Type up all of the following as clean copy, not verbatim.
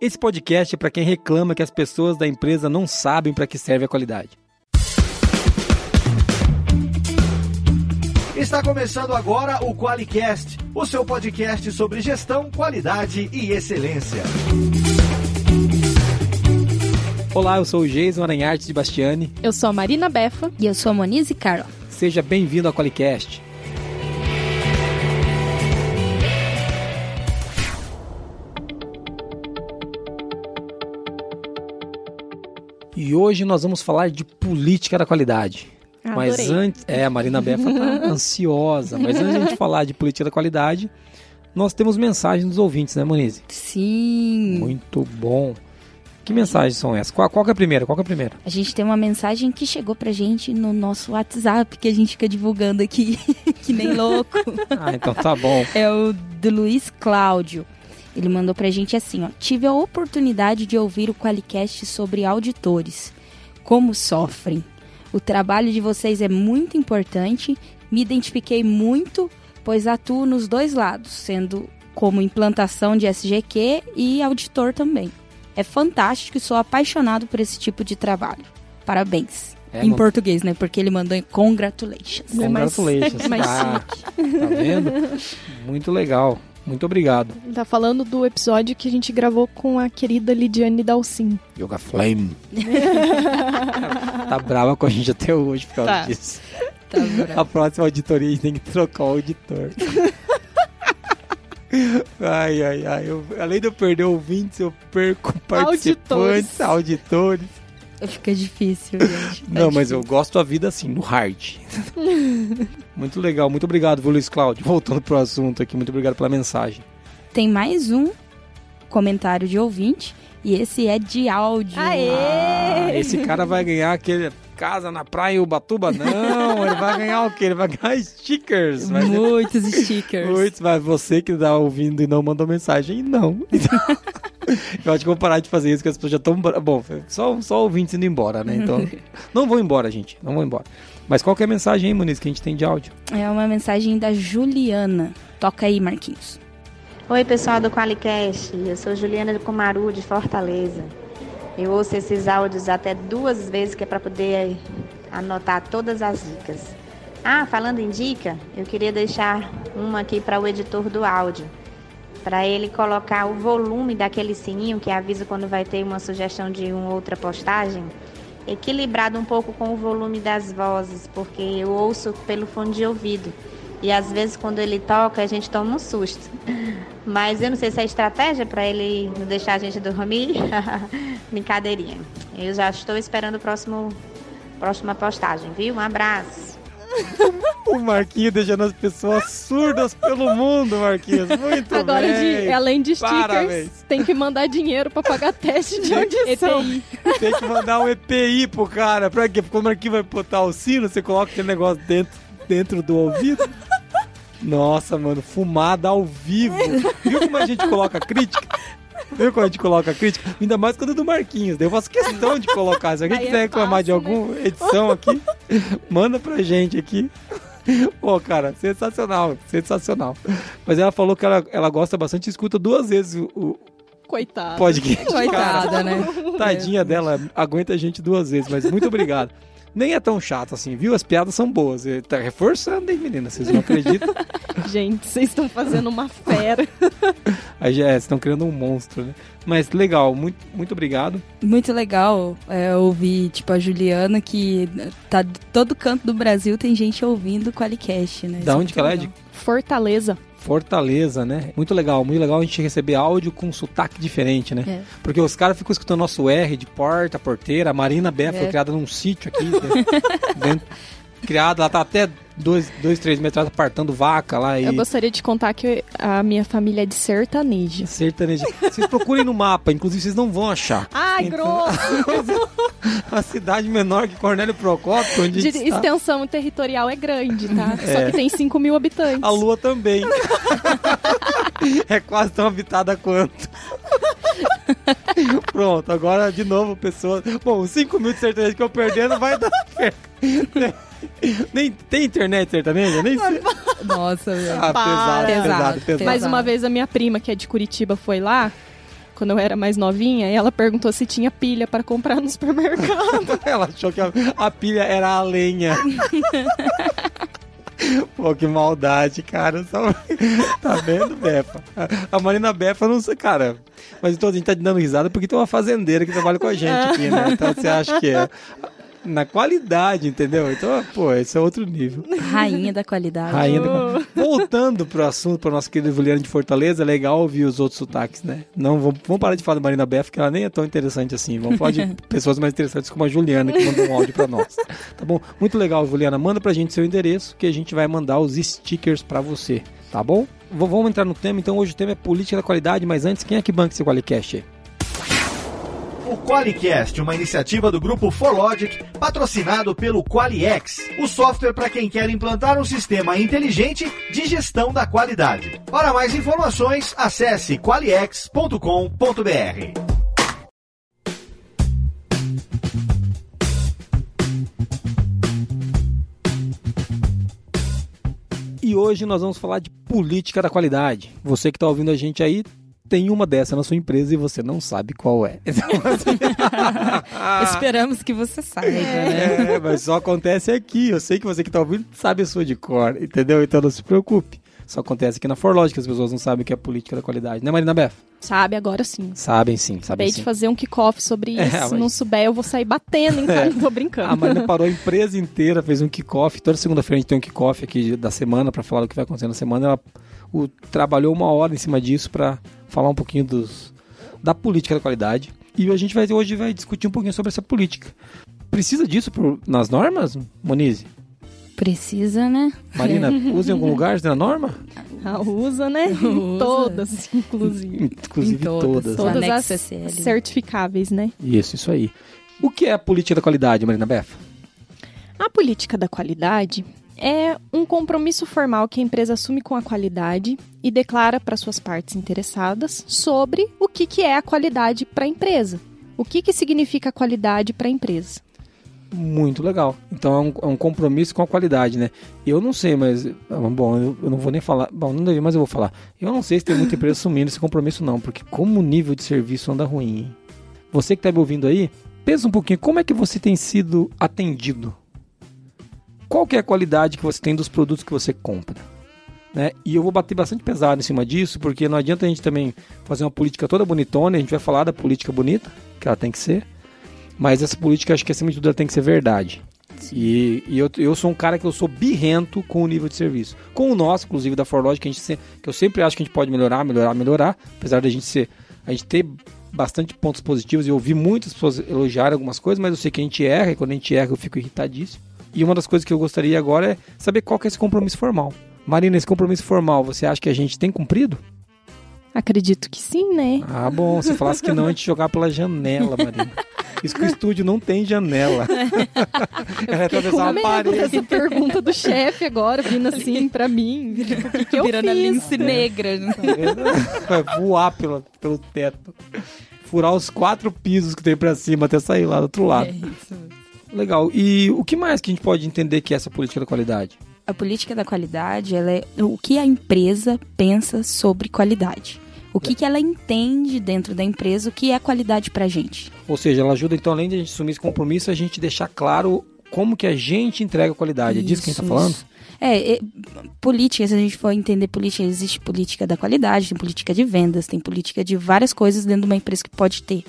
Esse podcast é para quem reclama que as pessoas da empresa não sabem para que serve a qualidade. Está começando agora o QualiCast, o seu podcast sobre gestão, qualidade e excelência. Olá, eu sou o Jason Aranharte de Bastiani. Eu sou a Marina Befa. E eu sou a Monize Carol. Seja bem-vindo ao QualiCast. E hoje nós vamos falar de política da qualidade. Adorei. Mas antes... a Marina Befa tá ansiosa. Mas antes de a gente falar de política da qualidade, nós temos mensagens dos ouvintes, né, Monize? Sim. Muito bom. Que mensagens são essas? Qual que é a primeira? A gente tem uma mensagem que chegou pra gente no nosso WhatsApp, que a gente fica divulgando aqui, que nem louco. Então tá bom. É o do Luiz Cláudio. Ele mandou pra gente assim, ó. Tive a oportunidade de ouvir o QualiCast sobre auditores. Como sofrem. O trabalho de vocês é muito importante. Me identifiquei muito, pois atuo nos dois lados, sendo como implantação de SGQ e auditor também. É fantástico e sou apaixonado por esse tipo de trabalho. Parabéns. Em português, né? Porque ele mandou em congratulations. Congratulations. Tá vendo? Muito legal. Muito obrigado. Tá falando do episódio que a gente gravou com a querida Lidiane Dalcin. Yoga Flame. Tá brava com a gente até hoje por causa disso. Tá brava. A próxima auditoria a gente tem que trocar o auditor. Ai. Além de eu perder ouvintes, eu perco participantes, auditores. Fica difícil, gente. Não, mas eu gosto da vida assim, no hard. Muito legal, muito obrigado, Luiz Cláudio. Voltando pro assunto aqui, muito obrigado pela mensagem. Tem mais um comentário de ouvinte, e esse é de áudio. Aê! Esse cara vai ganhar aquele casa na praia em Ubatuba? Não, ele vai ganhar o quê? Ele vai ganhar stickers. Muitos stickers. Muitos, mas você que tá ouvindo e não mandou mensagem, não. Eu acho que vou parar de fazer isso, que as pessoas já estão... Bom, só ouvintes indo embora, né? Então, não vão embora, gente. Não vão embora. Mas qual que é a mensagem aí, Muniz, que a gente tem de áudio? É uma mensagem da Juliana. Toca aí, Marquinhos. Oi, pessoal do QualiCast. Eu sou Juliana de Comaru, de Fortaleza. Eu ouço esses áudios até 2 vezes, que é para poder anotar todas as dicas. Falando em dica, eu queria deixar uma aqui para o editor do áudio, para ele colocar o volume daquele sininho que avisa quando vai ter uma sugestão de uma outra postagem, equilibrado um pouco com o volume das vozes, porque eu ouço pelo fone de ouvido. E às vezes quando ele toca, a gente toma um susto. Mas eu não sei se é estratégia para ele não deixar a gente dormir. Brincadeirinha. Eu já estou esperando a próxima postagem, viu? Um abraço. O Marquinhos deixando as pessoas surdas pelo mundo, Marquinhos. Muito Agora, bem. Além de stickers, Parabéns. tem que mandar dinheiro pra pagar teste de audição. EPI. Tem que mandar um EPI pro cara. Pra quê? Porque o Marquinhos vai botar o sino, você coloca aquele negócio dentro do ouvido. Nossa, mano, fumada ao vivo. Viu como a gente coloca crítica? Ainda mais quando é do Marquinhos. Daí eu faço questão de colocar. Se alguém quiser reclamar de alguma edição aqui, manda pra gente aqui. Pô, cara, sensacional. Mas ela falou que ela gosta bastante e escuta 2 vezes o Coitada. podcast. Coitada, cara. né? Tadinha dela, aguenta a gente 2 vezes, mas muito obrigado. Nem é tão chato assim, viu? As piadas são boas. Tá reforçando, hein, menina? Vocês não acreditam? Gente, vocês estão fazendo uma fera. Aí já vocês estão criando um monstro, né? Mas legal, muito obrigado. Muito legal ouvir, tipo, a Juliana, que tá de todo canto do Brasil, tem gente ouvindo o QualiCast, né? Da onde que ela é? De Fortaleza, né? Muito legal a gente receber áudio com sotaque diferente, né? É. Porque os caras ficam escutando nosso R de porteira. A Marina Befa foi criada num sítio aqui, criada, ela tá até 2-3 metros atrás apartando vaca lá. Eu gostaria de contar que a minha família é de sertaneja. Vocês procurem no mapa, inclusive vocês não vão achar. Ai, grosso! Uma cidade menor que Cornélio Procópio, onde de extensão territorial é grande, tá? Só que tem 5.000 habitantes. A Lua também. É quase tão habitada quanto. Pronto, agora de novo, pessoas. Bom, os 5.000 de sertanejo que eu perdendo vai dar certo. Nem tem internet sertaneja? Nem sei. Nossa, meu. Pesado. Mais uma vez a minha prima, que é de Curitiba, foi lá. quando eu era mais novinha, e ela perguntou se tinha pilha para comprar no supermercado. Ela achou que a pilha era a lenha. Pô, que maldade, cara. Tá vendo, Befa? A Marina Befa, não sei, cara. Mas então a gente tá dando risada porque tem uma fazendeira que trabalha com a gente aqui, né? Então você acha que é na qualidade, entendeu? Então, pô, esse é outro nível. Rainha da qualidade. Voltando pro assunto, pra nossa querida Juliana de Fortaleza, é legal ouvir os outros sotaques, né? Não, vamos parar de falar da Marina Befa, que ela nem é tão interessante assim. Vamos falar de pessoas mais interessantes como a Juliana, que mandou um áudio pra nós. Tá bom? Muito legal, Juliana. Manda pra gente seu endereço, que a gente vai mandar os stickers pra você. Tá bom? Vamos entrar no tema. Então, hoje o tema é política da qualidade, mas antes, quem é que banca esse Qualicast aí? O QualiCast, uma iniciativa do grupo ForLogic, patrocinado pelo QualiX, o software para quem quer implantar um sistema inteligente de gestão da qualidade. Para mais informações, acesse qualix.com.br. E hoje nós vamos falar de política da qualidade. Você que está ouvindo a gente aí, tem uma dessa na sua empresa e você não sabe qual é. Esperamos que você saiba, né? Mas só acontece aqui. Eu sei que você que está ouvindo sabe a sua de cor, entendeu? Então não se preocupe. Só acontece aqui na ForLogic, as pessoas não sabem o que é política da qualidade. Né, Marina Befa? Sabe, agora sim. Sabem sim. Acabei de fazer um kickoff sobre isso. Se não souber, eu vou sair batendo em cara. Não tô brincando. A Marina parou a empresa inteira, fez um kickoff. Toda segunda-feira a gente tem um kickoff aqui da semana para falar do que vai acontecer na semana. Ela trabalhou 1 hora em cima disso para falar um pouquinho da política da qualidade. E a gente hoje vai discutir um pouquinho sobre essa política. Precisa disso nas normas, Monize? Precisa, né? Marina, usa em algum lugar na norma? Usa, né? Em todas, inclusive. Inclusive todas. Todas as certificáveis, né? Isso aí. O que é a política da qualidade, Marina Befa? A política da qualidade é um compromisso formal que a empresa assume com a qualidade e declara para suas partes interessadas sobre o que é a qualidade para a empresa. O que significa a qualidade para a empresa. Muito legal. Então é um compromisso com a qualidade, né? Eu não sei, mas... Bom, eu não vou nem falar... Bom, não deve, mas eu vou falar. Eu não sei se tem muita empresa assumindo esse compromisso não, porque como o nível de serviço anda ruim, hein? Você que está me ouvindo aí, pensa um pouquinho, como é que você tem sido atendido? Qual que é a qualidade que você tem dos produtos que você compra? Né? E eu vou bater bastante pesado em cima disso, porque não adianta a gente também fazer uma política toda bonitona, a gente vai falar da política bonita, que ela tem que ser, mas essa política, acho que acima de tudo, ela tem que ser verdade. E eu sou um cara que eu sou birrento com o nível de serviço. Com o nosso, inclusive, da ForLogic, que eu sempre acho que a gente pode melhorar, apesar da gente ter bastante pontos positivos, e eu ouvi muitas pessoas elogiarem algumas coisas, mas eu sei que a gente erra, e quando a gente erra eu fico irritadíssimo. E uma das coisas que eu gostaria agora é saber qual que é esse compromisso formal. Marina, esse compromisso formal, você acha que a gente tem cumprido? Acredito que sim, né? Ah, bom. Se falasse que não, a gente jogar pela janela, Marina. Isso que o estúdio não tem janela. Eu fiquei com medo dessa pergunta do chefe agora, vindo assim pra mim. O que eu virando fiz? A lince negra. Vai voar pelo teto. Furar os 4 pisos que tem pra cima até sair lá do outro lado. É isso. Legal. E o que mais que a gente pode entender que é essa política da qualidade? A política da qualidade, ela é o que a empresa pensa sobre qualidade. O que ela entende dentro da empresa, o que é qualidade pra gente. Ou seja, ela ajuda, então, além de a gente assumir esse compromisso, a gente deixar claro como que a gente entrega a qualidade. É disso que a gente tá falando? Política, se a gente for entender política, existe política da qualidade, tem política de vendas, tem política de várias coisas dentro de uma empresa que pode ter.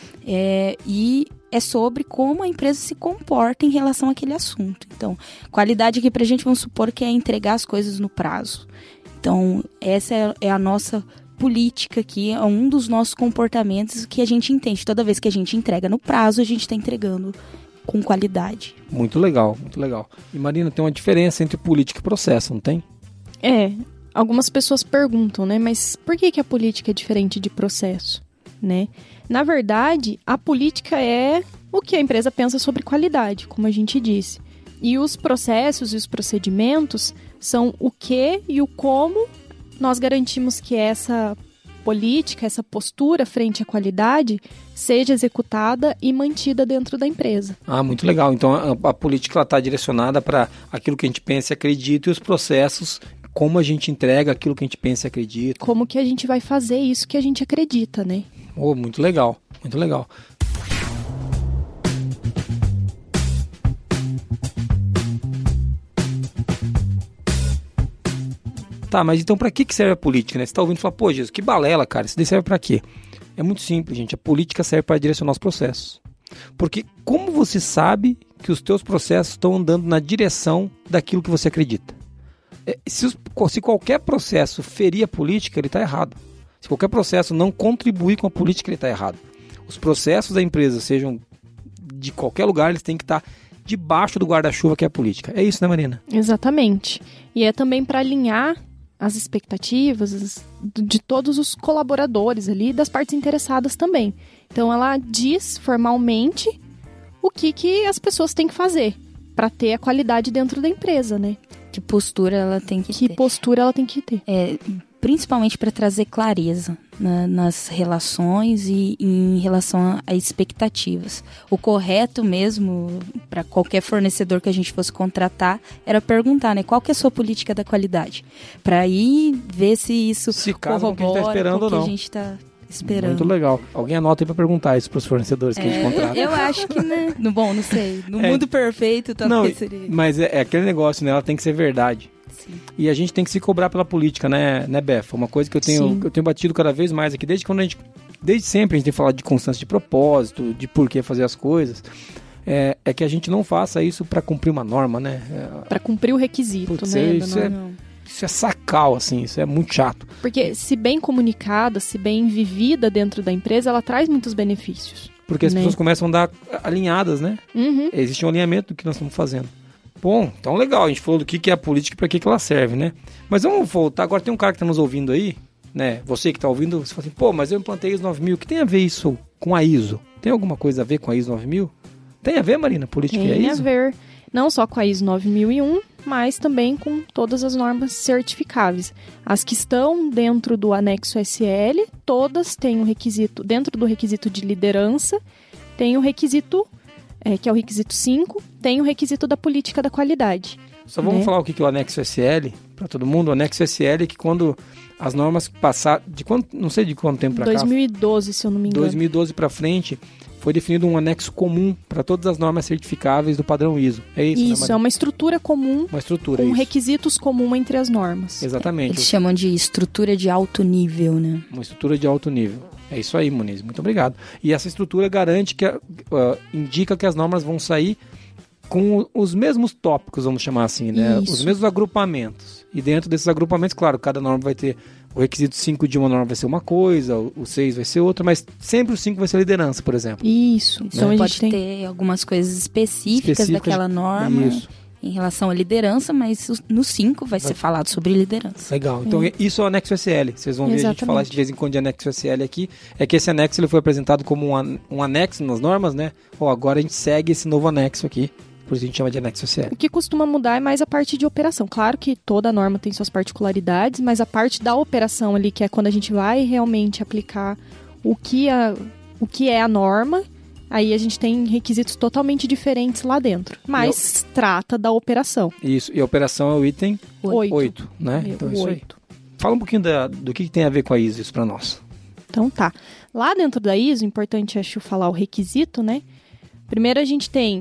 E é sobre como a empresa se comporta em relação àquele assunto. Então, qualidade aqui pra gente, vamos supor que é entregar as coisas no prazo. Então, essa é a nossa política aqui, é um dos nossos comportamentos que a gente entende. Toda vez que a gente entrega no prazo, a gente está entregando com qualidade. Muito legal, muito legal. E Marina, tem uma diferença entre política e processo, não tem? Algumas pessoas perguntam, né? Mas por que a política é diferente de processo, né? Na verdade, a política é o que a empresa pensa sobre qualidade, como a gente disse. E os processos e os procedimentos são o que e o como nós garantimos que essa política, essa postura frente à qualidade seja executada e mantida dentro da empresa. Ah, muito legal. Então a política está direcionada para aquilo que a gente pensa e acredita, e os processos, como a gente entrega aquilo que a gente pensa e acredita. Como que a gente vai fazer isso que a gente acredita, né? Oh, muito legal, muito legal. Tá, mas então pra que serve a política, né? Você tá ouvindo e fala, pô, Jesus, que balela, cara, isso daí serve pra quê? É muito simples, gente, a política serve para direcionar os processos. Porque como você sabe que os teus processos estão andando na direção daquilo que você acredita? Se qualquer processo ferir a política, ele está errado. Se qualquer processo não contribuir com a política, ele está errado. Os processos da empresa, sejam de qualquer lugar, eles têm que estar debaixo do guarda-chuva que é a política. É isso, né, Marina? Exatamente. E é também para alinhar as expectativas de todos os colaboradores ali, das partes interessadas também. Então, ela diz formalmente o que as pessoas têm que fazer para ter a qualidade dentro da empresa, né? Que postura ela tem que ter. Que postura ela tem que ter. Principalmente para trazer clareza nas relações e em relação a expectativas. O correto mesmo, para qualquer fornecedor que a gente fosse contratar, era perguntar, né, qual que é a sua política da qualidade? Para aí ver se isso corrobora com o que a gente está esperando. Muito legal. Alguém anota aí para perguntar isso para os fornecedores que a gente contrata. Eu acho que, né? Bom, não sei. No mundo perfeito, talvez seria. Mas é aquele negócio, né? Ela tem que ser verdade. Sim. E a gente tem que se cobrar pela política, né, Beth? Uma coisa que eu tenho batido cada vez mais aqui, desde sempre a gente tem falado de constância de propósito, de por que fazer as coisas. É que a gente não faça isso para cumprir uma norma, né? Para cumprir o requisito, Putz, né? Isso é sacal, assim, isso é muito chato. Porque se bem comunicada, se bem vivida dentro da empresa, ela traz muitos benefícios. Porque as pessoas começam a andar alinhadas, né? Uhum. Existe um alinhamento do que nós estamos fazendo. Bom, então legal, a gente falou do que é a política e para que ela serve, né? Mas vamos voltar, agora tem um cara que está nos ouvindo aí, né? Você que está ouvindo, você fala assim, pô, mas eu implantei ISO 9000, o que tem a ver isso com a ISO? Tem alguma coisa a ver com a ISO 9000? Tem a ver, Marina, política e a ISO? Tem a ver, não só com a ISO 9001, mas também com todas as normas certificáveis. As que estão dentro do anexo SL, todas têm um requisito, dentro do requisito de liderança, tem o requisito, que é o requisito 5, tem o requisito da política da qualidade. Só vamos falar o que é o anexo SL para todo mundo. O anexo SL é que quando as normas passaram, não sei de quanto tempo para cá. 2012, se eu não me engano. 2012 para frente, foi definido um anexo comum para todas as normas certificáveis do padrão ISO. É isso, né, Maria? É uma estrutura comum, com requisitos comuns entre as normas. Exatamente. Eles chamam de estrutura de alto nível, né? Uma estrutura de alto nível. É isso aí, Muniz. Muito obrigado. E essa estrutura garante que indica que as normas vão sair com os mesmos tópicos, vamos chamar assim, né? Isso. Os mesmos agrupamentos. E dentro desses agrupamentos, claro, cada norma vai ter... O requisito 5 de uma norma vai ser uma coisa, o 6 vai ser outra, mas sempre o 5 vai ser liderança, por exemplo. Isso. Então pode ter algumas coisas específicas daquela norma em relação à liderança, mas no 5 vai ser falado sobre liderança. Legal. Então isso é o anexo SL. Vocês vão ver a gente falar de vez em quando de anexo SL aqui. É que esse anexo ele foi apresentado como um anexo nas normas, né? Agora a gente segue esse novo anexo aqui. Por isso a gente chama de anexo SL. O que costuma mudar é mais a parte de operação. Claro que toda norma tem suas particularidades, mas a parte da operação ali, que é quando a gente vai realmente aplicar o que é a norma, aí a gente tem requisitos totalmente diferentes lá dentro. Mas trata da operação. Isso, e a operação é o item 8, né? Então, isso aí. Fala um pouquinho do que tem a ver com a ISO isso para nós. Então tá. Lá dentro da ISO, importante acho falar o requisito, né? Primeiro a gente tem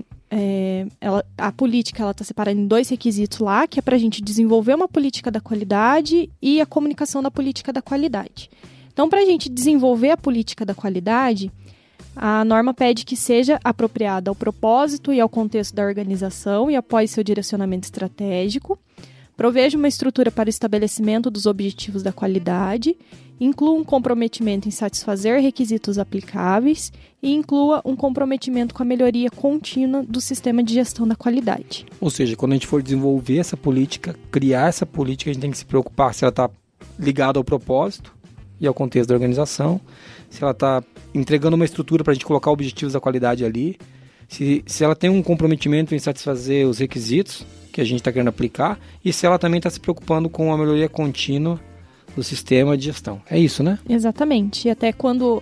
a política, ela está separada em 2 requisitos lá, que é para a gente desenvolver uma política da qualidade e a comunicação da política da qualidade. Então, para a gente desenvolver a política da qualidade, a norma pede que seja apropriada ao propósito e ao contexto da organização e após seu direcionamento estratégico, proveja uma estrutura para o estabelecimento dos objetivos da qualidade, inclua um comprometimento em satisfazer requisitos aplicáveis e inclua um comprometimento com a melhoria contínua do sistema de gestão da qualidade. Ou seja, quando a gente for desenvolver essa política, criar essa política, a gente tem que se preocupar se ela está ligada ao propósito e ao contexto da organização, se ela está entregando uma estrutura para a gente colocar objetivos da qualidade ali, se ela tem um comprometimento em satisfazer os requisitos que a gente está querendo aplicar e se ela também está se preocupando com a melhoria contínua do sistema de gestão. É isso, né? Exatamente. E até quando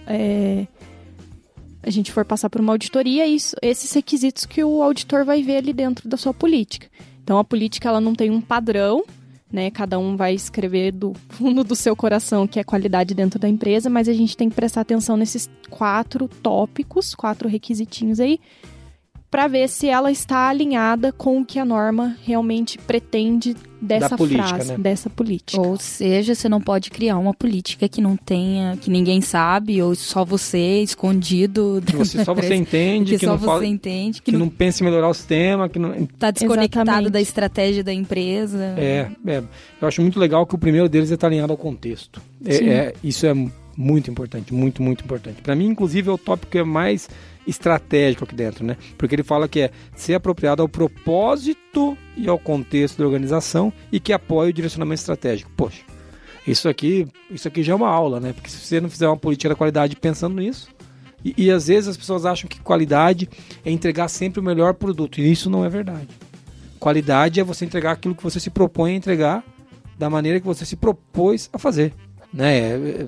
a gente for passar por uma auditoria, esses requisitos que o auditor vai ver ali dentro da sua política. Então, a política ela não tem um padrão né? Cada um vai escrever do fundo do seu coração que é qualidade dentro da empresa, mas a gente tem que prestar atenção nesses 4 tópicos, 4 requisitinhos aí, para ver se ela está alinhada com o que a norma realmente pretende dessa frase, né? Dessa política. Ou seja, você não pode criar uma política que não tenha, que ninguém sabe, ou só você, escondido. Que só você entende, que só não você fala, entende, que não pense em melhorar o sistema, que não está desconectado Exatamente. da estratégia da empresa. Eu acho muito legal que o primeiro deles é estar alinhado ao contexto. Isso é muito importante, muito, muito importante. Para mim, inclusive, é o tópico que é mais estratégico aqui dentro, né? Porque ele fala que é ser apropriado ao propósito e ao contexto da organização e que apoia o direcionamento estratégico. Poxa, isso aqui já é uma aula, né? Porque se você não fizer uma política da qualidade pensando nisso, e às vezes as pessoas acham que qualidade é entregar sempre o melhor produto, e isso não é verdade. Qualidade é você entregar aquilo que você se propõe a entregar da maneira que você se propôs a fazer, né?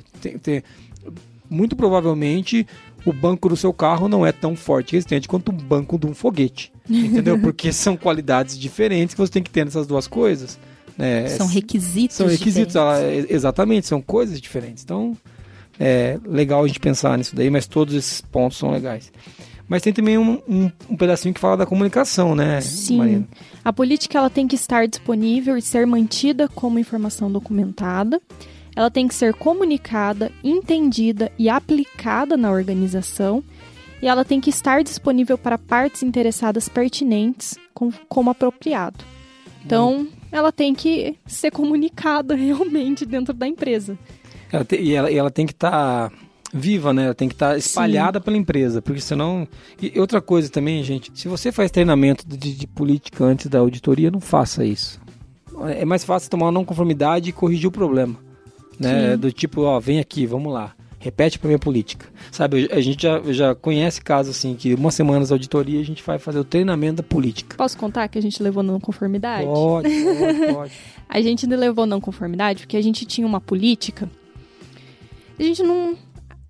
Muito provavelmente o banco do seu carro não é tão forte e resistente quanto o banco de um foguete, entendeu? Porque são qualidades diferentes que você tem que ter nessas duas coisas, né? São requisitos exatamente, são coisas diferentes. Então, é legal a gente pensar nisso daí, mas todos esses pontos são legais. Mas tem também um pedacinho que fala da comunicação, né, Sim. Marina? A política ela tem que estar disponível e ser mantida como informação documentada. Ela tem que ser comunicada, entendida e aplicada na organização. E ela tem que estar disponível para partes interessadas pertinentes, como apropriado. Então, ela tem que ser comunicada realmente dentro da empresa. Ela tem que estar viva, né? Ela tem que estar espalhada pela empresa, porque senão... E outra coisa também, gente, se você faz treinamento de política antes da auditoria, não faça isso. É mais fácil tomar uma não conformidade e corrigir o problema. Né? Do tipo, vem aqui, vamos lá, repete pra minha política. Sabe, a gente já conhece casos assim, que uma semana de auditoria a gente vai fazer o treinamento da política. Posso contar que a gente levou não conformidade? Pode. A gente levou não conformidade porque a gente tinha uma política, a gente não...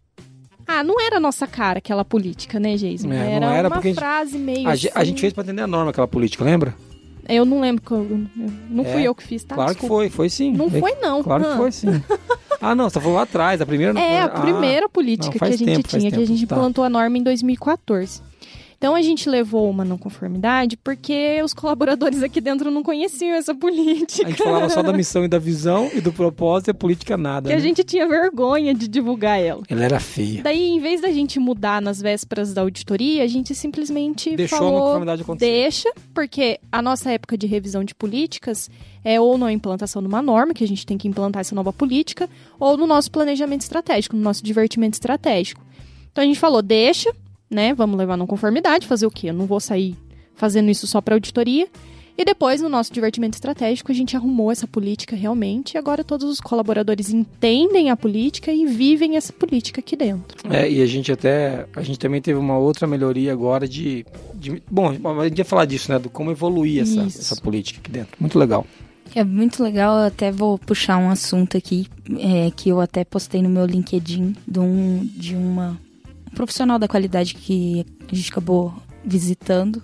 não era a nossa cara aquela política, né, Geison? Era uma frase meio assim... A gente fez pra atender a norma aquela política, lembra? Eu não lembro, não fui eu que fiz, tá? Claro Desculpa. que foi sim. Não foi não. Claro que foi sim. Não, você falou lá atrás, a primeira... a primeira política que a gente tinha, que a gente implantou a norma em 2014. Então a gente levou uma não conformidade porque os colaboradores aqui dentro não conheciam essa política. A gente falava só da missão e da visão e do propósito e a política nada. Que a gente tinha vergonha de divulgar ela. Ela era feia. Daí, em vez da gente mudar nas vésperas da auditoria, a gente simplesmente deixou falou, a não conformidade acontecer. Deixa, porque a nossa época de revisão de políticas é ou na implantação de uma norma, que a gente tem que implantar essa nova política, ou no nosso planejamento estratégico, no nosso divertimento estratégico. Então a gente falou, deixa, né? Vamos levar não conformidade, fazer o quê? Eu não vou sair fazendo isso só para auditoria. E depois, no nosso divertimento estratégico, a gente arrumou essa política realmente. E agora todos os colaboradores entendem a política e vivem essa política aqui dentro. E a gente também teve uma outra melhoria agora bom, a gente ia falar disso, né? Do como evoluir essa política aqui dentro. Muito legal. É muito legal, eu até vou puxar um assunto aqui, que eu até postei no meu LinkedIn, de uma profissional da qualidade que a gente acabou visitando,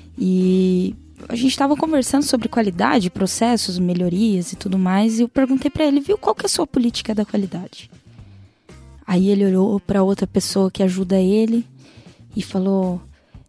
e a gente estava conversando sobre qualidade, processos, melhorias e tudo mais, e eu perguntei para ele, viu, qual que é a sua política da qualidade? Aí ele olhou para outra pessoa que ajuda ele e falou,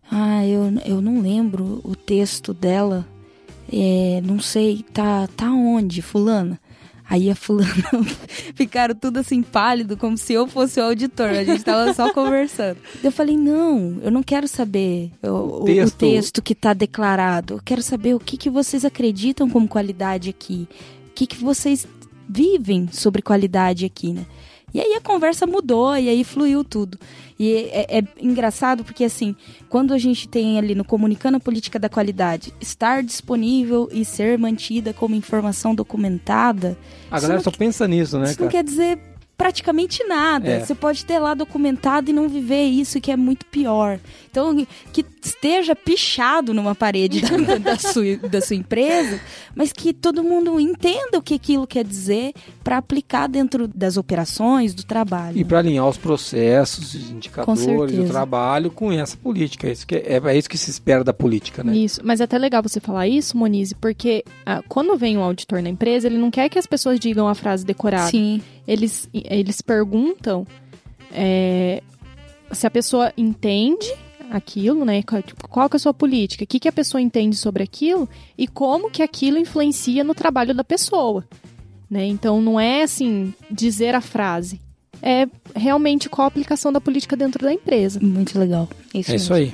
eu não lembro o texto dela, não sei, tá onde, fulana? Aí a fulana ficaram tudo assim pálido, como se eu fosse o auditor. A gente tava só conversando. Eu falei, não, eu não quero saber o texto que tá declarado. Eu quero saber o que vocês acreditam como qualidade aqui. O que vocês vivem sobre qualidade aqui, né? E aí a conversa mudou, e aí fluiu tudo. E é engraçado porque, assim, quando a gente tem ali no Comunicando a Política da Qualidade, estar disponível e ser mantida como informação documentada... A galera só pensa nisso, né, Isso não quer dizer praticamente nada. Você pode ter lá documentado e não viver isso, que é muito pior. Então, que esteja pichado numa parede da sua empresa, mas que todo mundo entenda o que aquilo quer dizer para aplicar dentro das operações, do trabalho. E para alinhar os processos, os indicadores do trabalho com essa política. É isso que se espera da política, né? Isso, mas é até legal você falar isso, Monize, porque quando vem um auditor na empresa, ele não quer que as pessoas digam a frase decorada. Sim. Eles perguntam se a pessoa entende aquilo, né? Qual que é a sua política? O que a pessoa entende sobre aquilo e como que aquilo influencia no trabalho da pessoa, né? Então, não é, assim, dizer a frase. É realmente qual a aplicação da política dentro da empresa. Muito legal. Isso aí.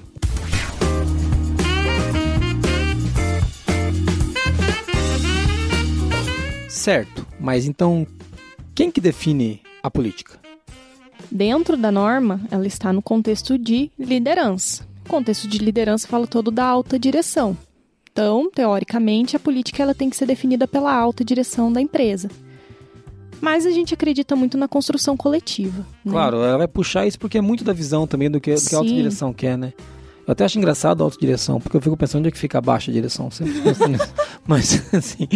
Certo, mas então, quem que define a política? Dentro da norma, ela está no contexto de liderança. O contexto de liderança fala todo da alta direção. Então, teoricamente, a política ela tem que ser definida pela alta direção da empresa. Mas a gente acredita muito na construção coletiva. Né? Claro, ela vai puxar isso porque é muito da visão também do que a alta direção quer, né? Eu até acho engraçado a alta direção, porque eu fico pensando onde é que fica a baixa direção. Sempre penso nisso. Mas, assim...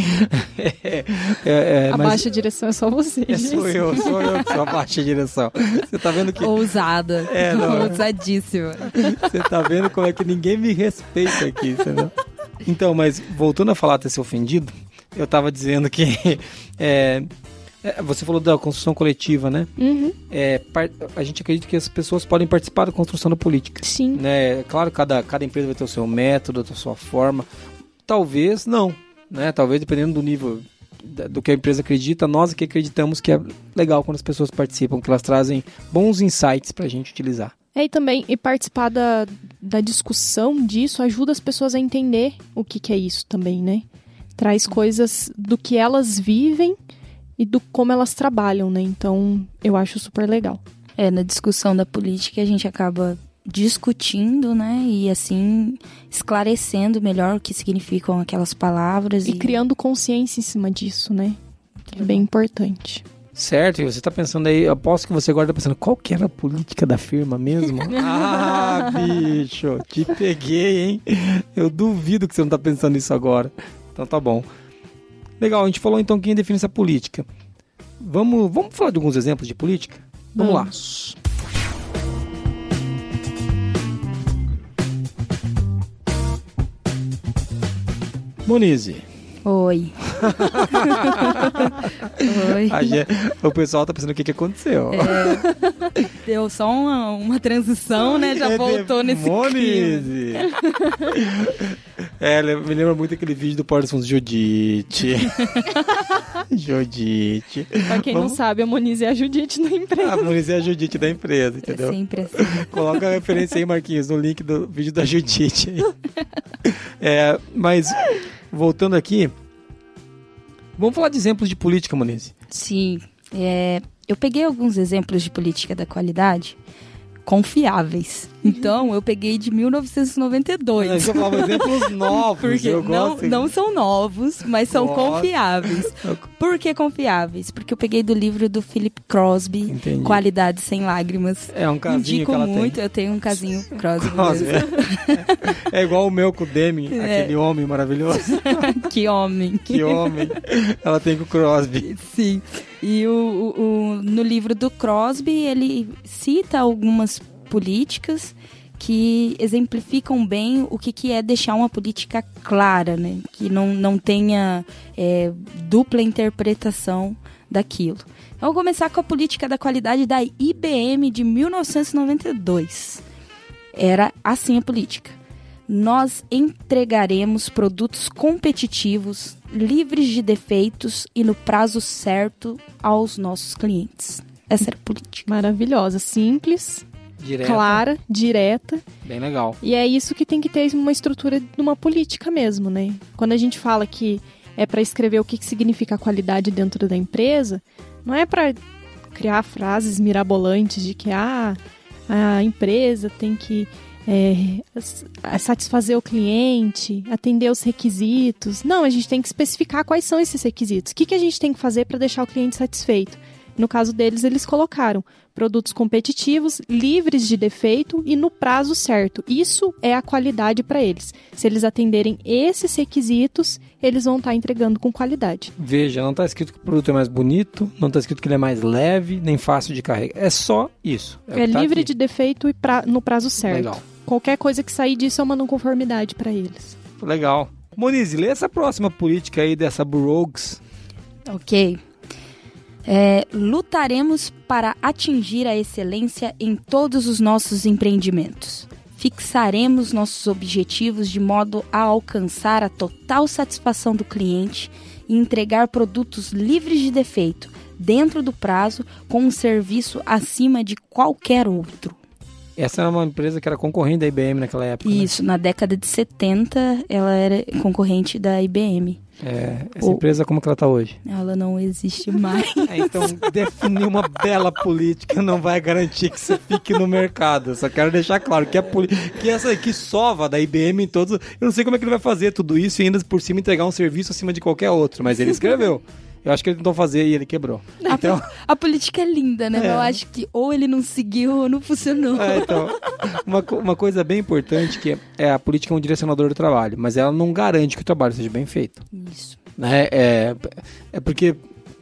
a baixa direção é só você. Sou eu que sou a baixa direção. Você tá vendo que... Ousada. Ousadíssima. Você tá vendo como é que ninguém me respeita aqui, entendeu? Então, mas voltando a falar ter se ofendido, eu tava dizendo que... você falou da construção coletiva, né? Uhum. A gente acredita que as pessoas podem participar da construção da política. Sim. Né? Claro, cada empresa vai ter o seu método, a sua forma. Talvez não, né? Talvez dependendo do nível do que a empresa acredita, nós aqui acreditamos que é legal quando as pessoas participam, que elas trazem bons insights pra gente utilizar. E participar da discussão disso ajuda as pessoas a entender o que é isso também, né? Traz coisas do que elas vivem e do como elas trabalham, né? Então, eu acho super legal. Na discussão da política a gente acaba discutindo, né? E assim, esclarecendo melhor o que significam aquelas palavras. E criando consciência em cima disso, né? Que é bem importante. Certo, e você tá pensando aí, eu aposto que você agora tá pensando, qual que era a política da firma mesmo? Bicho, te peguei, hein? Eu duvido que você não tá pensando nisso agora. Então tá bom. Legal, a gente falou então quem define essa política. Vamos falar de alguns exemplos de política? Vamos lá. Monize. Oi. Oi. O pessoal tá pensando o que aconteceu. Deu só uma transição, né? Já voltou nesse Monize. Me lembra muito aquele vídeo do Porta dos Fundos, Judite. Judite. Pra quem não sabe, a Monize é a Judite da empresa. A Monize é a Judite da empresa, entendeu? É sempre assim. Coloca a referência aí, Marquinhos, no link do vídeo da Judite aí. Mas, voltando aqui, vamos falar de exemplos de política, Monize. Sim. Eu peguei alguns exemplos de política da qualidade confiáveis. Então, eu peguei de 1992. Eu falava exemplos novos. Porque não são novos, mas são confiáveis. Por que confiáveis? Porque eu peguei do livro do Philip Crosby, Entendi. Qualidade Sem Lágrimas. É um casinho Indico que ela muito, tem. eu tenho um casinho Crosby. É igual o meu com o Demi, aquele homem maravilhoso. Que homem. Que homem. Ela tem com o Crosby. Sim. E no livro do Crosby, ele cita algumas políticas que exemplificam bem o que é deixar uma política clara, né? Que não tenha dupla interpretação daquilo. Então, vou começar com a política da qualidade da IBM de 1992. Era assim a política. Nós entregaremos produtos competitivos, livres de defeitos e no prazo certo aos nossos clientes. Essa era a política. Maravilhosa, simples, Direta. clara, direta. Bem legal. E é isso que tem que ter uma estrutura de uma política mesmo, né? Quando a gente fala que é para escrever o que significa a qualidade dentro da empresa, não é para criar frases mirabolantes de que a empresa tem que satisfazer o cliente, atender os requisitos. Não, a gente tem que especificar quais são esses requisitos. O que a gente tem que fazer para deixar o cliente satisfeito? No caso deles, eles colocaram produtos competitivos, livres de defeito e no prazo certo. Isso é a qualidade para eles. Se eles atenderem esses requisitos, eles vão estar entregando com qualidade. Veja, não está escrito que o produto é mais bonito, não está escrito que ele é mais leve, nem fácil de carregar. É só isso. É livre de defeito e no prazo certo. Legal. Qualquer coisa que sair disso é uma não conformidade para eles. Legal. Moniz, lê essa próxima política aí dessa Burroughs. Ok. Lutaremos para atingir a excelência em todos os nossos empreendimentos. Fixaremos nossos objetivos de modo a alcançar a total satisfação do cliente e entregar produtos livres de defeito, dentro do prazo, com um serviço acima de qualquer outro. Essa era uma empresa que era concorrente da IBM naquela época. Isso, né? Na década de 70, ela era concorrente da IBM. Essa empresa, como que ela está hoje? Ela não existe mais. Então, definir uma bela política não vai garantir que você fique no mercado. Eu só quero deixar claro que essa aqui sova da IBM em todos... Eu não sei como é que ele vai fazer tudo isso e ainda por cima entregar um serviço acima de qualquer outro, mas ele escreveu. Eu acho que ele tentou fazer e ele quebrou. Então... A política é linda, né? Eu acho que ou ele não seguiu ou não funcionou. Então, uma coisa bem importante que a política é um direcionador do trabalho, mas ela não garante que o trabalho seja bem feito. Isso. É porque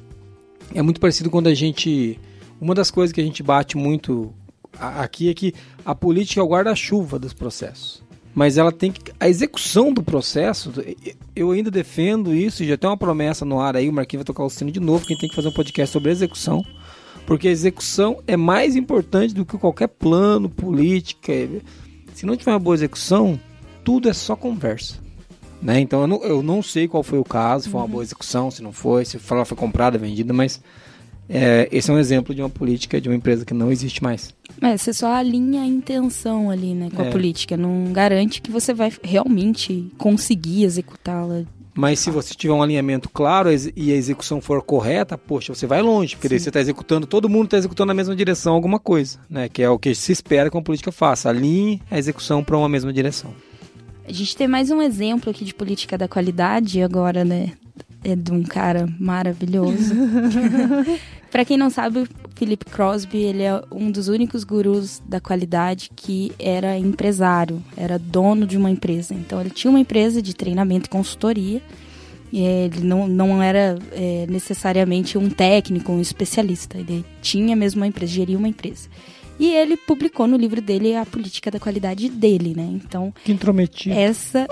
é muito parecido quando a gente... Uma das coisas que a gente bate muito aqui é que a política é o guarda-chuva dos processos. Mas ela tem que... A execução do processo, eu ainda defendo isso, e já tem uma promessa no ar aí, o Marquinhos vai tocar o sino de novo, que a gente tem que fazer um podcast sobre execução, porque a execução é mais importante do que qualquer plano, política. Se não tiver uma boa execução, tudo é só conversa. Né? Então eu não sei qual foi o caso, se foi uma boa execução, se não foi, se ela foi comprada, vendida, mas esse é um exemplo de uma política de uma empresa que não existe mais. Você só alinha a intenção ali, né, com a política, não garante que você vai realmente conseguir executá-la. Mas se você tiver um alinhamento claro e a execução for correta, poxa, você vai longe, porque daí você está executando, todo mundo está executando na mesma direção alguma coisa, né? Que é o que se espera que uma política faça, alinhe a execução para uma mesma direção. A gente tem mais um exemplo aqui de política da qualidade agora, né? É de um cara maravilhoso. Para quem não sabe, o Philip Crosby, ele é um dos únicos gurus da qualidade que era empresário, era dono de uma empresa. Então, ele tinha uma empresa de treinamento e consultoria. E ele não era necessariamente um técnico, um especialista. Ele tinha mesmo uma empresa, geria uma empresa. E ele publicou no livro dele a política da qualidade dele, né? Então... Que intrometido. Essa...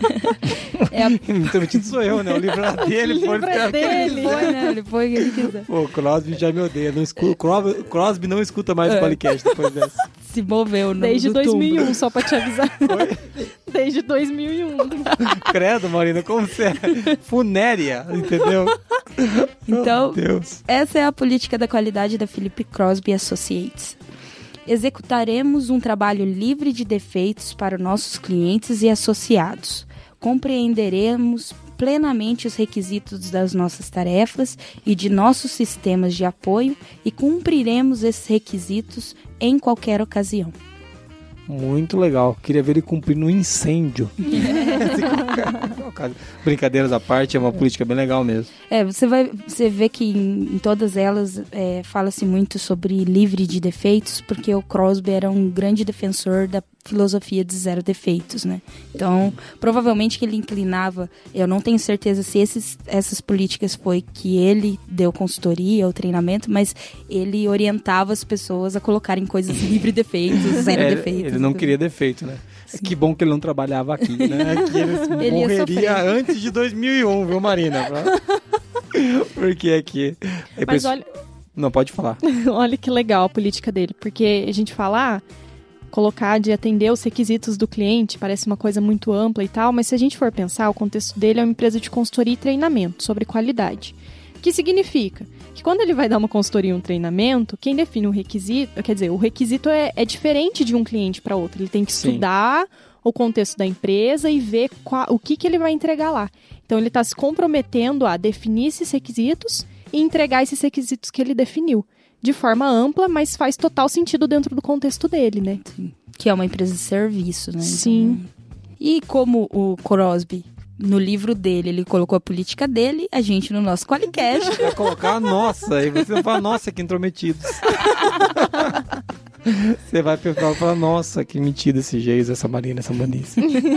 Intrometido sou eu, né? O livro era dele. O livro é dele. Ele foi o que ele quiser. Pô, o Crosby já me odeia. Crosby não escuta mais o podcast depois dessa. Se moveu no Desde 2001, túmulo. só pra te avisar. Foi? Desde 2001. Credo, Marina, como você é funérea, entendeu? Então, Deus. Essa é a política da qualidade da Philip Crosby Associates. Executaremos um trabalho livre de defeitos para nossos clientes e associados. Compreenderemos plenamente os requisitos das nossas tarefas e de nossos sistemas de apoio e cumpriremos esses requisitos em qualquer ocasião. Muito legal. Queria ver ele cumprir no incêndio. Brincadeiras à parte, é uma política bem legal mesmo. Você vê que em todas elas fala-se muito sobre livre de defeitos, porque o Crosby era um grande defensor da filosofia de zero defeitos, né? Então, provavelmente que ele inclinava, eu não tenho certeza se essas políticas foi que ele deu consultoria ou treinamento, mas ele orientava as pessoas a colocarem coisas livre de defeitos, zero defeitos. Ele não queria defeito, né? Que bom que ele não trabalhava aqui, né? Que ele morreria antes de 2001, viu, Marina? Porque aqui... Mas olha... Não, pode falar. Olha que legal a política dele, porque a gente fala... colocar de atender os requisitos do cliente, parece uma coisa muito ampla e tal, mas se a gente for pensar, o contexto dele é uma empresa de consultoria e treinamento sobre qualidade. O que significa? Que quando ele vai dar uma consultoria e um treinamento, quem define o requisito, quer dizer, o requisito é diferente de um cliente para outro. Ele tem que estudar o contexto da empresa e ver o que ele vai entregar lá. Então ele está se comprometendo a definir esses requisitos e entregar esses requisitos que ele definiu. De forma ampla, mas faz total sentido dentro do contexto dele, né? Sim. Que é uma empresa de serviço, né? Sim. Então, e como o Crosby no livro dele, ele colocou a política dele, a gente no nosso Qualicast. Vai colocar a nossa, e você vai falar, nossa, que intrometidos. Você vai falar, nossa, que metido esse Geis, essa Marina, essa Manice.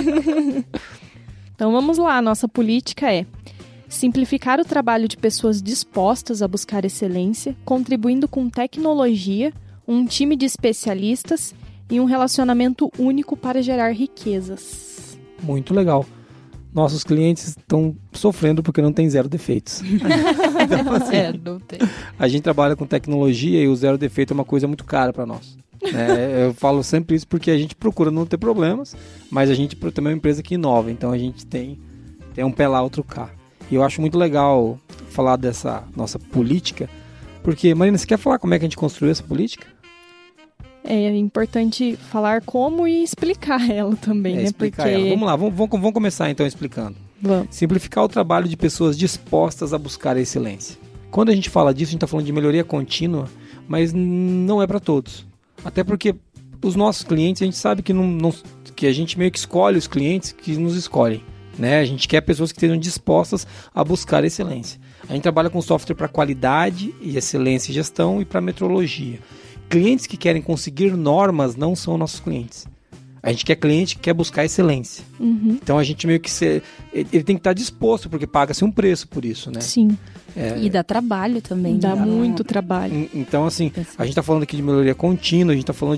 Então vamos lá, nossa política é simplificar o trabalho de pessoas dispostas a buscar excelência, contribuindo com tecnologia, um time de especialistas e um relacionamento único para gerar riquezas. Muito legal. Nossos clientes estão sofrendo porque não tem zero defeitos. Então, assim, não tem. a gente trabalha com tecnologia e o zero defeito é uma coisa muito cara para nós. Eu falo sempre isso porque a gente procura não ter problemas, mas a gente também é uma empresa que inova, então a gente tem um pé lá, outro cá. E eu acho muito legal falar dessa nossa política, porque, Marina, você quer falar como é que a gente construiu essa política? É importante falar como e explicar ela também, né? Explicar ela. Vamos lá, vamos começar então explicando. Vamos. Simplificar o trabalho de pessoas dispostas a buscar a excelência. Quando a gente fala disso, a gente está falando de melhoria contínua, mas não é para todos. Até porque os nossos clientes, a gente sabe que a gente meio que escolhe os clientes que nos escolhem. Né? A gente quer pessoas que estejam dispostas a buscar a excelência. A gente trabalha com software para qualidade e excelência e gestão e para metrologia. Clientes que querem conseguir normas não são nossos clientes. A gente quer cliente que quer buscar excelência. Uhum. Então a gente meio que ele tem que estar disposto, porque paga-se um preço por isso, né? Sim. E dá trabalho também. Dá muito trabalho. Então, assim, a gente está falando aqui de melhoria contínua, a gente está falando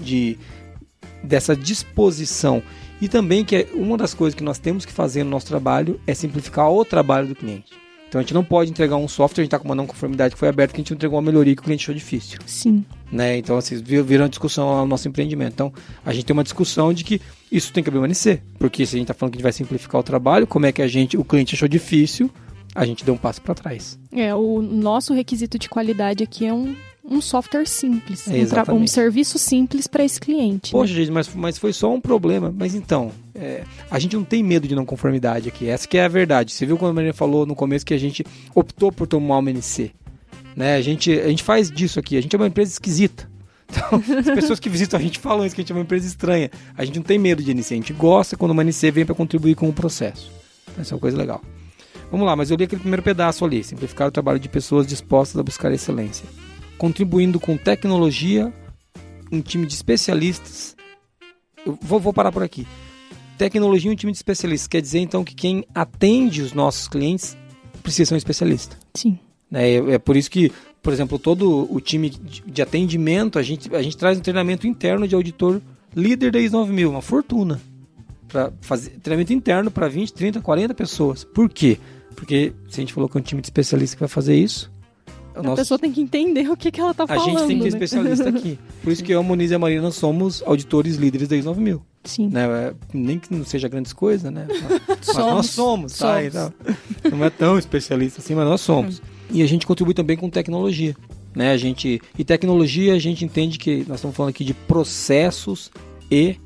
dessa disposição. E também que uma das coisas que nós temos que fazer no nosso trabalho é simplificar o trabalho do cliente. Então a gente não pode entregar um software, a gente está com uma não conformidade que foi aberta, que a gente não entregou uma melhoria que o cliente achou difícil. Sim. Né? Então, assim, viram discussão lá no nosso empreendimento. Então, a gente tem uma discussão de que isso tem que permanecer. Porque se a gente está falando que a gente vai simplificar o trabalho, como é que o cliente achou difícil, a gente deu um passo para trás. O nosso requisito de qualidade aqui é um software simples. Exatamente. Um serviço simples para esse cliente. Poxa, né? gente, mas foi só um problema. Mas então, a gente não tem medo de não conformidade aqui. Essa que é a verdade. Você viu quando a Maria falou no começo que a gente optou por tomar uma NC. Né? A gente faz disso aqui. A gente é uma empresa esquisita. Então, as pessoas que visitam a gente falam isso, que a gente é uma empresa estranha. A gente não tem medo de NC. A gente gosta quando uma NC vem para contribuir com o processo. Então, essa é uma coisa legal. Vamos lá, mas eu li aquele primeiro pedaço ali. Simplificar o trabalho de pessoas dispostas a buscar excelência. Contribuindo com tecnologia, um time de especialistas. Eu vou parar por aqui. Tecnologia e um time de especialistas. Quer dizer, então, que quem atende os nossos clientes precisa ser um especialista. Sim. É por isso que, por exemplo, todo o time de atendimento, a gente traz um treinamento interno de auditor líder da ISO 9000, uma fortuna. Para fazer treinamento interno para 20, 30, 40 pessoas. Por quê? Porque se a gente falou que é um time de especialistas que vai fazer isso, a pessoa tem que entender o que ela está falando. A gente tem que ter né? especialista aqui. Por isso que eu, a Moniz e a Marina somos auditores líderes da ISO 9000. Sim. Né? Nem que não seja grandes coisas, né? Mas nós somos. Tá? Então, não é tão especialista assim, mas nós somos. E a gente contribui também com tecnologia. Né? E tecnologia, a gente entende que nós estamos falando aqui de processos e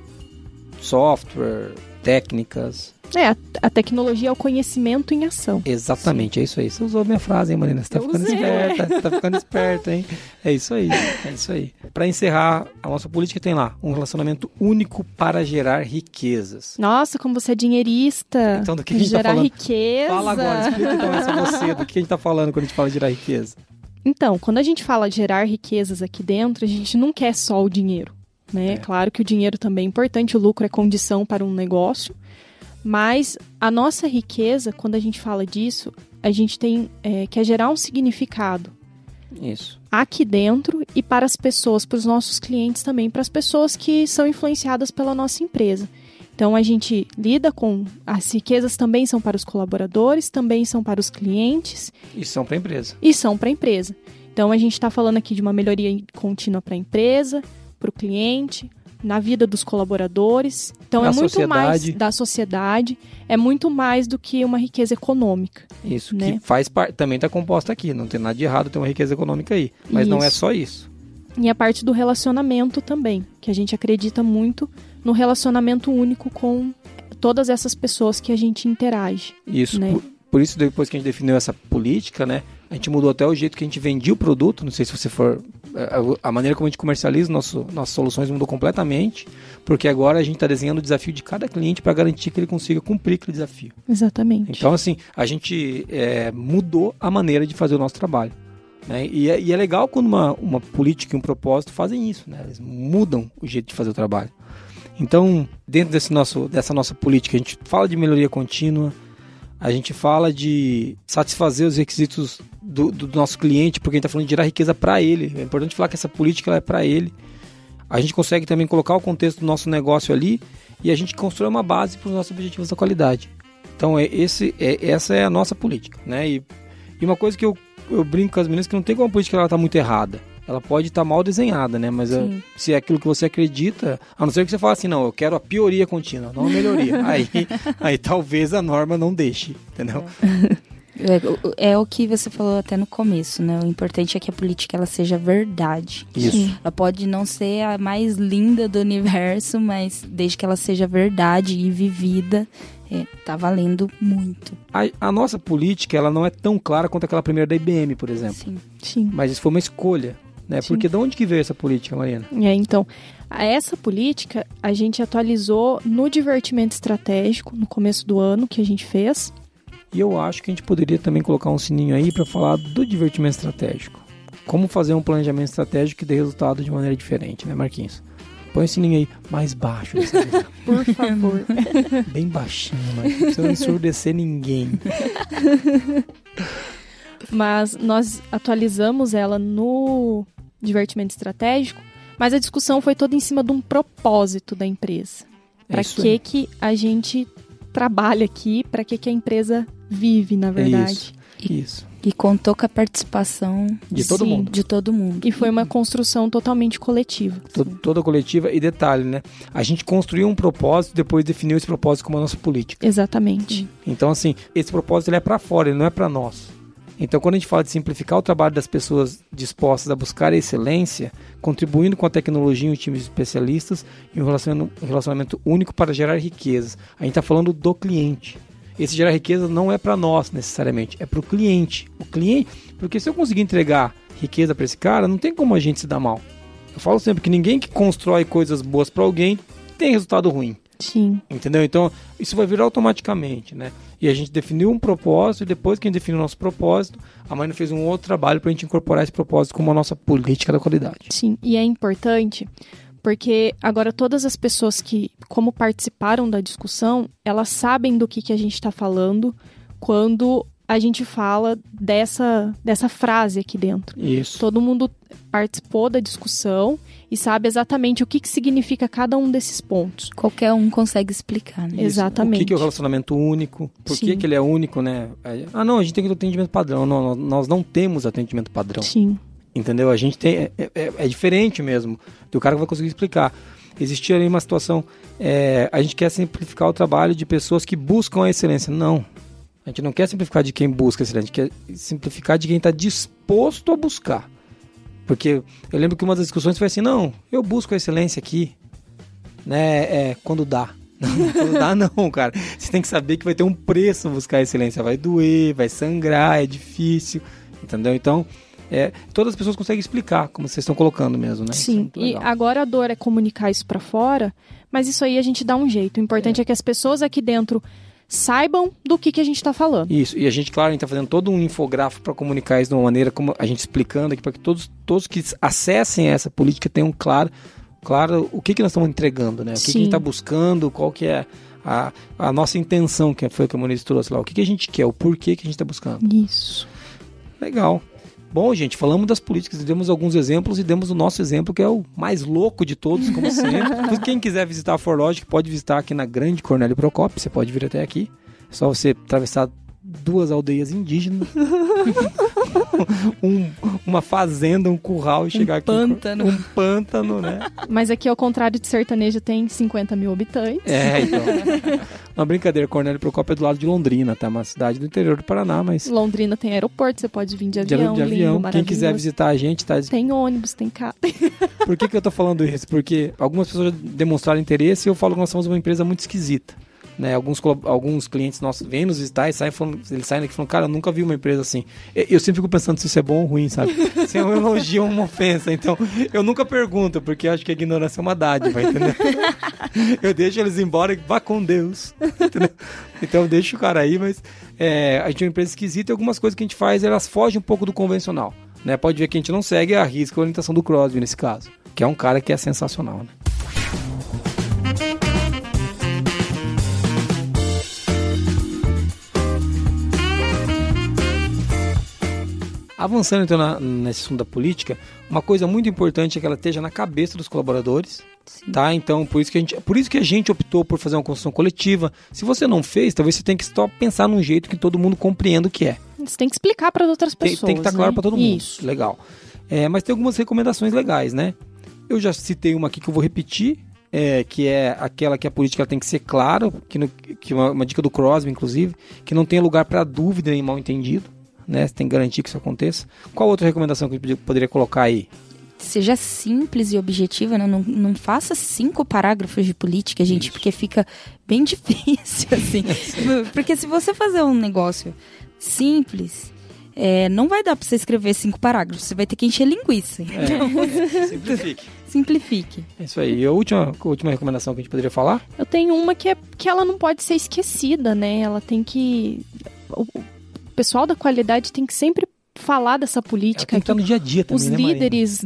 software, técnicas. A tecnologia é o conhecimento em ação. Exatamente, é isso aí. Você usou a minha frase, hein, Marina? Você tá ficando esperta, tá ficando esperta, hein? É isso aí. Para encerrar, a nossa política tem lá um relacionamento único para gerar riquezas. Nossa, como você é dinheirista. Então, do que a gente tá falando? Gerar riqueza. Fala agora, explica então essa você, do que a gente tá falando quando a gente fala de gerar riqueza. Então, quando a gente fala de gerar riquezas aqui dentro, a gente não quer só o dinheiro, né? Claro que o dinheiro também é importante, o lucro é condição para um negócio, mas a nossa riqueza, quando a gente fala disso, a gente quer gerar um significado. Isso. Aqui dentro e para as pessoas, para os nossos clientes também, para as pessoas que são influenciadas pela nossa empresa. Então, a gente lida com... As riquezas também são para os colaboradores, também são para os clientes. E são para a empresa. Então, a gente está falando aqui de uma melhoria contínua para a empresa, para o cliente, na vida dos colaboradores. Então, é muito mais da sociedade, é muito mais do que uma riqueza econômica. Isso, né? Que faz parte, também está composta aqui, não tem nada de errado ter uma riqueza econômica aí, mas não é só isso. E a parte do relacionamento também, que a gente acredita muito no relacionamento único com todas essas pessoas que a gente interage. Isso, né? por isso depois que a gente definiu essa política, né, a gente mudou até o jeito que a gente vendia o produto, não sei se você for A maneira como a gente comercializa nossas soluções mudou completamente, porque agora a gente está desenhando o desafio de cada cliente para garantir que ele consiga cumprir aquele desafio. Exatamente. Então, assim, a gente mudou a maneira de fazer o nosso trabalho. Né? E é legal quando uma política e um propósito fazem isso, né? Eles mudam o jeito de fazer o trabalho. Então, dentro dessa nossa política, a gente fala de melhoria contínua, a gente fala de satisfazer os requisitos do nosso cliente, porque a gente está falando de gerar riqueza para ele. É importante falar que essa política ela é para ele. A gente consegue também colocar o contexto do nosso negócio ali e a gente constrói uma base para os nossos objetivos da qualidade. Então, essa é a nossa política. Né? E uma coisa que eu brinco com as meninas que não tem como a política ela tá muito errada. Ela pode estar mal desenhada, né? Mas se é aquilo que você acredita, a não ser que você fale assim, não, eu quero a pioria contínua, não a melhoria. aí talvez a norma não deixe, entendeu? É o que você falou até no começo, né? O importante é que a política ela seja verdade. Isso. Ela pode não ser a mais linda do universo, mas desde que ela seja verdade e vivida, tá valendo muito. A nossa política ela não é tão clara quanto aquela primeira da IBM, por exemplo. Sim. Mas isso foi uma escolha. Né? Porque de onde que veio essa política, Marina? Então, essa política a gente atualizou no divertimento estratégico, no começo do ano que a gente fez. E eu acho que a gente poderia também colocar um sininho aí para falar do divertimento estratégico. Como fazer um planejamento estratégico que dê resultado de maneira diferente, né, Marquinhos? Põe o sininho aí mais baixo. Por favor. Bem baixinho, mas não precisa ensurdecer ninguém. Mas nós atualizamos ela no divertimento estratégico, mas a discussão foi toda em cima de um propósito da empresa. Para que a gente trabalha aqui, para que a empresa vive, na verdade. Isso. E contou com a participação de todo mundo. De todo mundo. E foi uma construção totalmente coletiva. Toda coletiva. E detalhe, né? A gente construiu um propósito, depois definiu esse propósito como a nossa política. Exatamente. Então, assim, esse propósito ele é para fora, ele não é para nós. Então, quando a gente fala de simplificar o trabalho das pessoas dispostas a buscar a excelência, contribuindo com a tecnologia e os times de especialistas e um relacionamento único para gerar riquezas, a gente está falando do cliente. Esse gerar riqueza não é para nós, necessariamente, é para o cliente. Porque se eu conseguir entregar riqueza para esse cara, não tem como a gente se dar mal. Eu falo sempre que ninguém que constrói coisas boas para alguém tem resultado ruim. Sim. Entendeu? Então, isso vai virar automaticamente, né? E a gente definiu um propósito e depois que a gente definiu o nosso propósito, a Marina fez um outro trabalho para a gente incorporar esse propósito como a nossa política da qualidade. Sim, e é importante porque agora todas as pessoas que, como participaram da discussão, elas sabem do que a gente está falando quando a gente fala dessa frase aqui dentro. Isso. Todo mundo participou da discussão e sabe exatamente o que significa cada um desses pontos. Qualquer um consegue explicar, né? Exatamente. O que é o relacionamento único? Por que ele é único, né? Não, a gente tem que ter atendimento padrão. Não, nós não temos atendimento padrão. Sim. Entendeu? A gente tem... É diferente mesmo do cara que vai conseguir explicar. Existia ali uma situação... a gente quer simplificar o trabalho de pessoas que buscam a excelência. Não. A gente não quer simplificar de quem busca excelência. A gente quer simplificar de quem está disposto a buscar. Porque eu lembro que uma das discussões foi assim, não, eu busco a excelência aqui, né, quando dá. Quando dá não, cara. Você tem que saber que vai ter um preço buscar a excelência. Vai doer, vai sangrar, é difícil, entendeu? Então, todas as pessoas conseguem explicar, como vocês estão colocando mesmo, né? Sim, e agora a dor é comunicar isso para fora, mas isso aí a gente dá um jeito. O importante é que as pessoas aqui dentro saibam do que a gente está falando. Isso, e a gente, claro, a gente está fazendo todo um infográfico para comunicar isso de uma maneira, como a gente explicando aqui, para que todos que acessem essa política tenham claro o que nós estamos entregando, né? O que a gente está buscando, qual que é a nossa intenção, que foi o que a Moniz trouxe lá, o que a gente quer, o porquê que a gente está buscando. Isso. Legal. Bom, gente, falamos das políticas, demos alguns exemplos e demos o nosso exemplo, que é o mais louco de todos, como sempre. Quem quiser visitar a ForLogic, pode visitar aqui na Grande Cornélio Procópio, você pode vir até aqui. É só você atravessar 2 aldeias indígenas, uma fazenda, um curral e chegar aqui. Pântano. Um pântano, né? Mas aqui, ao contrário de Sertanejo, tem 50 mil habitantes. Então. Uma brincadeira, Cornélio Procópio é do lado de Londrina, tá? Uma cidade do interior do Paraná, mas... Londrina tem aeroporto, você pode vir de avião. Lindo, quem quiser visitar a gente, tá? Tem ônibus, tem carro. Por que eu tô falando isso? Porque algumas pessoas já demonstraram interesse e eu falo que nós somos uma empresa muito esquisita. Né? Alguns clientes nossos vêm nos visitar e eles saem daqui falando, cara, eu nunca vi uma empresa assim. Eu sempre fico pensando se isso é bom ou ruim, sabe? Se é um elogio ou uma ofensa. Então, eu nunca pergunto, porque eu acho que a ignorância é uma dádiva, entendeu? Eu deixo eles embora e vá com Deus. Entendeu? Então, eu deixo o cara aí, mas a gente é uma empresa esquisita e algumas coisas que a gente faz, elas fogem um pouco do convencional. Né? Pode ver que a gente não segue a risca a orientação do Crosby nesse caso, que é um cara que é sensacional, né? Avançando então nesse assunto da política, uma coisa muito importante é que ela esteja na cabeça dos colaboradores. Sim. Tá? Então, por isso que a gente optou por fazer uma construção coletiva. Se você não fez, talvez você tenha que só pensar num jeito que todo mundo compreenda o que é. Você tem que explicar para outras pessoas. Tem que estar claro para todo mundo. Isso. Legal. Mas tem algumas recomendações legais, né? Eu já citei uma aqui que eu vou repetir, que é aquela que a política tem que ser clara, que uma dica do Crosby, inclusive, que não tenha lugar para dúvida nem mal entendido. Né? Você tem que garantir que isso aconteça. Qual outra recomendação que eu poderia colocar aí? Seja simples e objetiva, né? Não faça 5 parágrafos de política, gente, isso. Porque fica bem difícil, assim. Porque se você fazer um negócio simples, não vai dar pra você escrever 5 parágrafos, você vai ter que encher linguiça. Simplifique. Simplifique. É isso aí. E a última recomendação que a gente poderia falar? Eu tenho uma que ela não pode ser esquecida, né? Ela tem que... O pessoal da qualidade tem que sempre falar dessa política. Tem que estar no dia a dia também, os líderes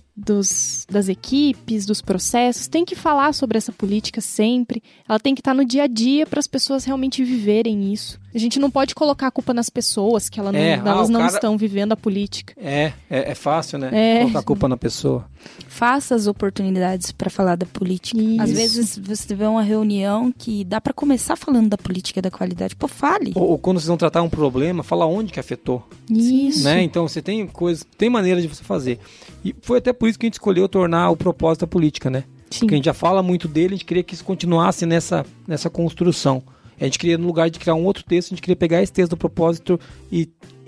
das equipes, dos processos, tem que falar sobre essa política sempre. Ela tem que estar no dia a dia para as pessoas realmente viverem isso. A gente não pode colocar a culpa nas pessoas, que elas não estão vivendo a política. É fácil, né? Colocar a culpa na pessoa. Faça as oportunidades para falar da política. Isso. Às vezes você vê uma reunião que dá para começar falando da política da qualidade. Pô, fale. Ou quando vocês vão tratar um problema, fala onde que afetou. Isso. Né? Então você tem maneira de você fazer. E foi até por isso que a gente escolheu tornar o propósito da política, né? Sim. Porque a gente já fala muito dele, a gente queria que isso continuasse nessa construção. A gente queria, no lugar de criar um outro texto, a gente queria pegar esse texto do propósito e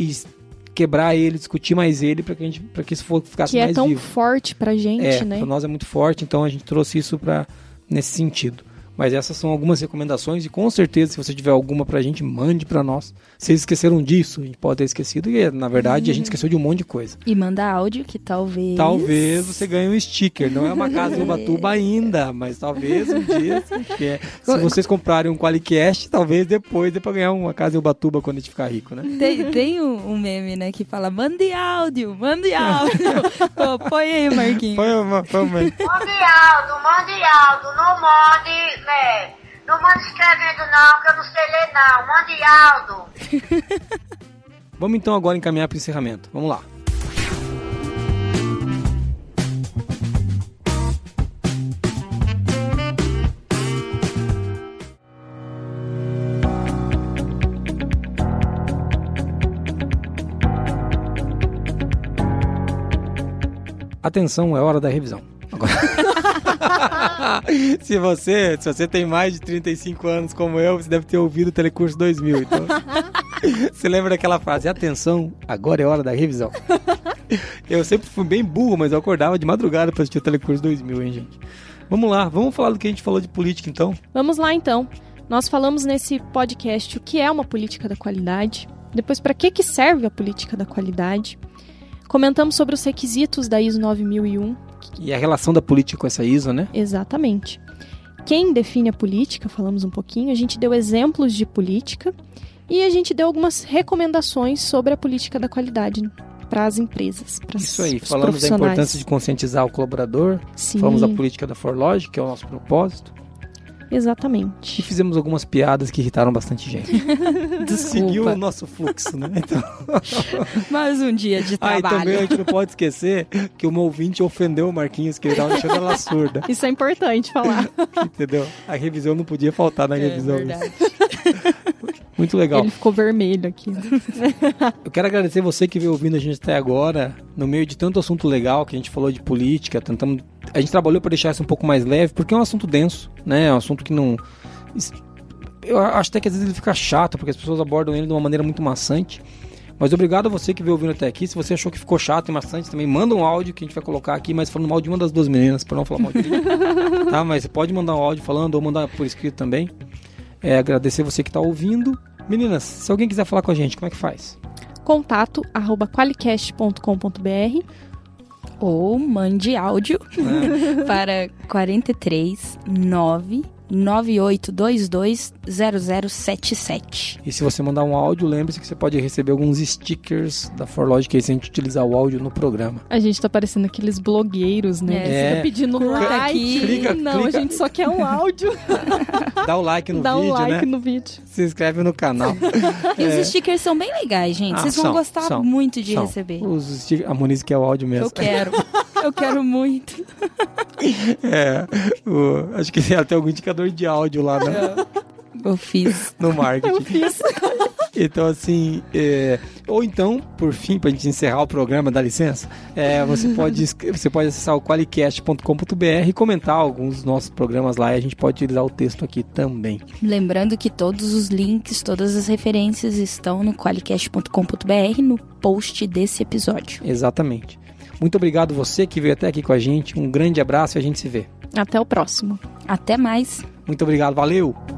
quebrar ele, discutir mais ele, para que isso ficasse mais vivo. Que é tão forte pra gente, né? Para nós é muito forte, então a gente trouxe isso nesse sentido. Mas essas são algumas recomendações e com certeza, se você tiver alguma pra gente, mande pra nós. Se vocês esqueceram disso, a gente pode ter esquecido e, na verdade, a gente esqueceu de um monte de coisa. E manda áudio que talvez... Talvez você ganhe um sticker. Não é uma casa em Ubatuba ainda, mas talvez um dia, se vocês comprarem um Qualicast, talvez depois dê pra ganhar uma casa em Ubatuba quando a gente ficar rico, né? Tem um meme, né, que fala, mande áudio. Pô, põe aí, Marquinhos. Põe um meme. Mande áudio, não mande... Não manda escrevendo não, que eu não sei ler não. Mande áudio. Vamos então agora encaminhar para o encerramento. Vamos lá. Atenção, é hora da revisão. Agora... se você tem mais de 35 anos como eu, você deve ter ouvido o Telecurso 2000. Então, você lembra daquela frase, atenção, agora é hora da revisão. Eu sempre fui bem burro, mas eu acordava de madrugada para assistir o Telecurso 2000, hein, gente? Vamos lá, vamos falar do que a gente falou de política, então. Vamos lá, então. Nós falamos nesse podcast o que é uma política da qualidade, depois para que serve a política da qualidade. Comentamos sobre os requisitos da ISO 9001. E a relação da política com essa ISO, né? Exatamente. Quem define a política, falamos um pouquinho, a gente deu exemplos de política e a gente deu algumas recomendações sobre a política da qualidade para as empresas, para isso aí, falamos da importância de conscientizar o colaborador, sim. Falamos da política da ForLogic, que é o nosso propósito. Exatamente. E fizemos algumas piadas que irritaram bastante gente. Desculpa. Seguiu o nosso fluxo, né? Então... Mais um dia de trabalho. E também a gente não pode esquecer que uma ouvinte ofendeu o Marquinhos, que ele estava deixando ela surda. Isso é importante falar. Entendeu? A revisão não podia faltar na revisão. Verdade. Muito legal. Ele ficou vermelho aqui. Eu quero agradecer você que veio ouvindo a gente até agora, no meio de tanto assunto legal que a gente falou de política, a gente trabalhou para deixar isso um pouco mais leve, porque é um assunto denso, né? É um assunto que não... Eu acho até que às vezes ele fica chato, porque as pessoas abordam ele de uma maneira muito maçante. Mas obrigado a você que veio ouvindo até aqui. Se você achou que ficou chato e maçante, também manda um áudio que a gente vai colocar aqui, mas falando mal de uma das duas meninas, para não falar mal de mim. Tá? Mas você pode mandar um áudio falando ou mandar por escrito também. Agradecer você que está ouvindo. Meninas, se alguém quiser falar com a gente, como é que faz? contato@qualicast.com.br ou mande áudio para 43 998220077. E se você mandar um áudio, lembre-se que você pode receber alguns stickers da ForLogic aí se a gente utilizar o áudio no programa. A gente tá parecendo aqueles blogueiros, né? Fica pedindo like. Clica. A gente só quer um áudio. Dá o like no vídeo, Dá um like né? no vídeo. Se inscreve no canal. E os stickers são bem legais, gente. Vocês vão gostar muito de receber. A Moniz quer o áudio mesmo. Eu quero. Eu quero muito. Acho que ela tem algum indicador de áudio lá, né? Eu fiz. No marketing. Eu fiz. Então, assim, ou então, por fim, pra gente encerrar o programa, dá licença, você pode acessar o qualicast.com.br e comentar alguns dos nossos programas lá e a gente pode utilizar o texto aqui também. Lembrando que todos os links, todas as referências estão no qualicast.com.br no post desse episódio. Exatamente. Muito obrigado você que veio até aqui com a gente. Um grande abraço e a gente se vê. Até o próximo. Até mais. Muito obrigado. Valeu!